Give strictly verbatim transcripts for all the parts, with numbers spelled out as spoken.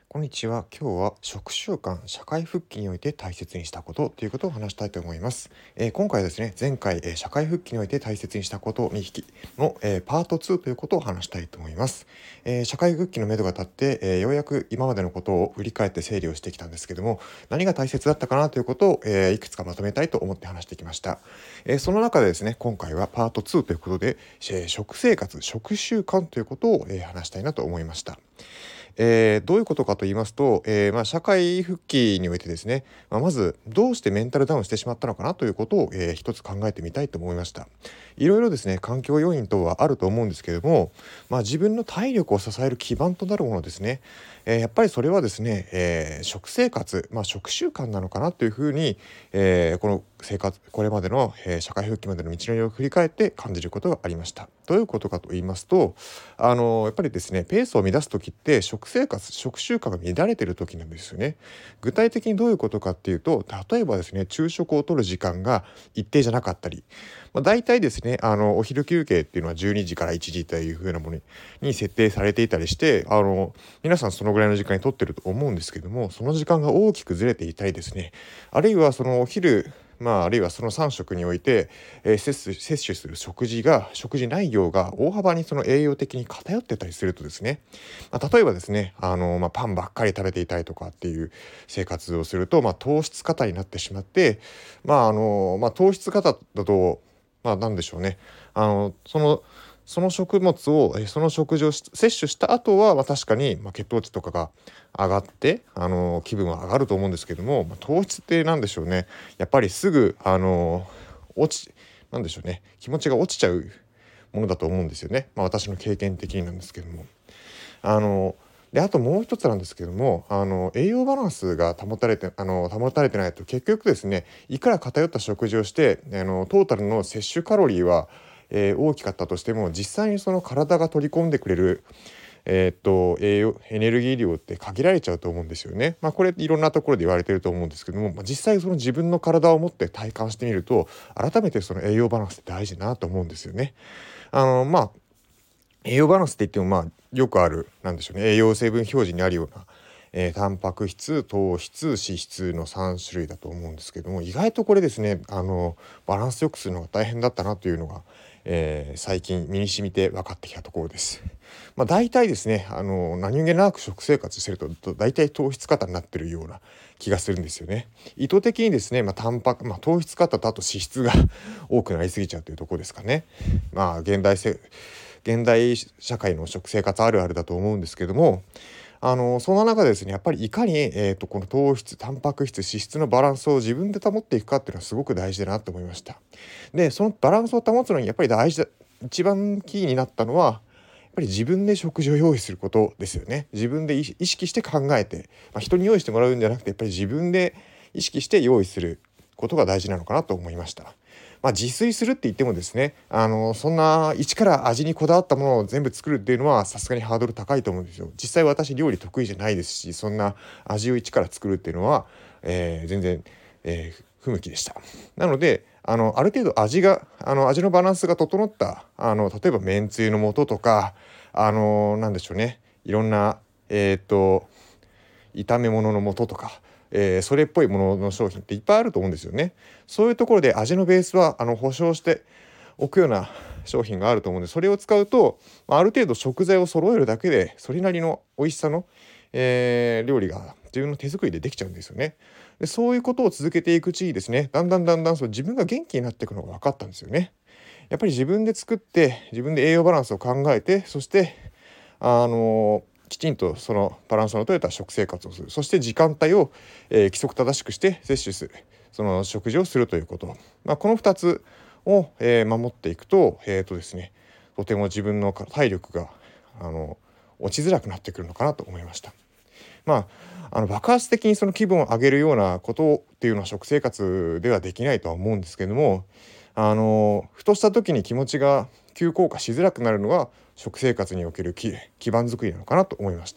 こんにちは。今日は食習慣、社会復帰において大切にしたことということを話したいと思います。えー今回はですね、前回、えー社会復帰において大切にしたことに引きの、えーパートツーということを話したいと思います。えー社会復帰の目処が立って、えーようやく今までのことを振り返って整理をしてきたんですけども、何が大切だったかなということを、えーいくつかまとめたいと思って話してきました。えーその中でですね、今回はパートツーということで、えー食生活、食習慣ということを、えー話したいなと思いました。えーどういうことかと言いますと、えーまあ、社会復帰においてですね、まあ、まずどうしてメンタルダウンしてしまったのかなということを、えー一つ考えてみたいと思いました。いろいろですね、環境要因等はあると思うんですけれども、まあ、自分の体力を支える基盤となるものですね、えーやっぱりそれはですね、えー食生活、まあ、食習慣なのかなというふうに、えーこの生活これまでの、えー社会復帰までの道のりを振り返って感じることがありました。どういうことかと言いますと、あのやっぱりですね、ペースを乱す時って食生活食習慣が乱れてる時なんですよね。具体的にどういうことかっていうと、例えばですね、昼食をとる時間が一定じゃなかったり、まあ、大体ですね、あのお昼休憩っていうのはじゅうにじからいちじというふうなものに設定されていたりして、あの皆さんそのぐらいの時間にとってると思うんですけども、その時間が大きくずれていたりですね、あるいはそのお昼、まあ、あるいはそのさん食において、えー摂取摂取する食事が食事内容が大幅にその栄養的に偏ってたりするとですね、まあ、例えばですね、あの、まあ、パンばっかり食べていたりとかっていう生活をすると、まあ、糖質過多になってしまって、まああのまあ、糖質過多だと、まあ、なんでしょうね、あのそのその食物をえその食事をし摂取した後は、まあ、確かに、まあ、血糖値とかが上がって、あの気分は上がると思うんですけども、まあ、糖質ってなんでしょうね、やっぱりすぐあの落ちなんでしょうね、気持ちが落ちちゃうものだと思うんですよね。まあ、私の経験的になんですけども、あのであともう一つなんですけども、あの栄養バランスが保たれてあの保たれてないと、結局ですね、いくら偏った食事をしてあのトータルの摂取カロリーは、えー大きかったとしても、実際にその体が取り込んでくれるえーっと栄養エネルギー量って限られちゃうと思うんですよね。まあこれいろんなところで言われてると思うんですけども、まあ、実際その自分の体を持って体感してみると、改めてその栄養バランスって大事だなと思うんですよね。あのまあ栄養バランスって言っても、まあよくあるなんでしょうね、栄養成分表示にあるような、えー、タンパク質、糖質、脂質のさん種類だと思うんですけども、意外とこれですね、あのバランスよくするのが大変だったなというのが、えー最近身に染みて分かってきたところです。まあ、大体ですね、あの何気なく食生活してるとと大体糖質過多になってるような気がするんですよね。意図的にですね、まあ、タンパク、まあ、糖質過多とあと脂質が多くなりすぎちゃうというところですかね。まあ現代せ現代社会の食生活あるあるだと思うんですけども、あのそんな中でですね、やっぱりいかに、えー、とこの糖質タンパク質脂質のバランスを自分で保っていくかっていうのはすごく大事だなと思いました。でそのバランスを保つのにやっぱり大事だ一番キーになったのは、やっぱり自分で食事を用意することですよね。自分で意意識して考えて、まあ、人に用意してもらうんじゃなくて、やっぱり自分で意識して用意することが大事なのかなと思いました。まあ、自炊するって言ってもですね、あのそんな一から味にこだわったものを全部作るっていうのはさすがにハードル高いと思うんですよ。実際私料理得意じゃないですし、そんな味を一から作るっていうのは、えー全然、えー不向きでした。なので、あのある程度味があの味のバランスが整った、あの例えばめんつゆの素とか、あのなんでしょうね、いろんなえっ、と炒め物の素とか、えーそれっぽいものの商品っていっぱいあると思うんですよね。そういうところで味のベースはあの保証しておくような商品があると思うんで、それを使うと、まあある程度食材を揃えるだけでそれなりの美味しさの、えー料理が自分の手作りでできちゃうんですよね。でそういうことを続けていくうちにですね、だんだんだんだんそう自分が元気になっていくのが分かったんですよね。やっぱり自分で作って自分で栄養バランスを考えて、そしてあのきちんとそのバランスの取れた食生活をする、そして時間帯を、えー規則正しくして摂取する、その食事をするということ、まあ、このふたつを、えー守っていくと、えーとですね、とても自分の体力があの落ちづらくなってくるのかなと思いました。まあ、あの爆発的にその気分を上げるようなことっていうのは食生活ではできないとは思うんですけども、あのふとした時に気持ちが急降下しづらくなるのは食生活における基基盤作りなのかなと思いました。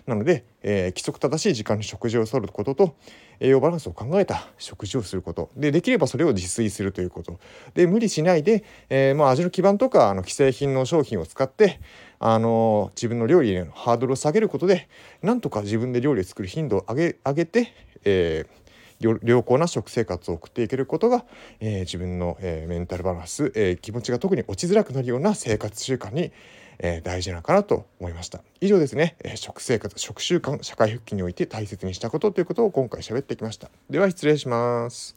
なので、えー規則正しい時間に食事をとることと、栄養バランスを考えた食事をすることで、できればそれを自炊するということで、無理しないで、えーまあ、味の基盤とかあの既製品の商品を使って、あのー自分の料理へのハードルを下げることで、なんとか自分で料理を作る頻度を上げ上げて、えー良良好な食生活を送っていけることが、えー自分の、えーメンタルバランス、えー気持ちが特に落ちづらくなるような生活習慣に、えー大事なのかなと思いました。以上ですね、えー食生活、食習慣、社会復帰において大切にしたことということを今回喋ってきました。では失礼します。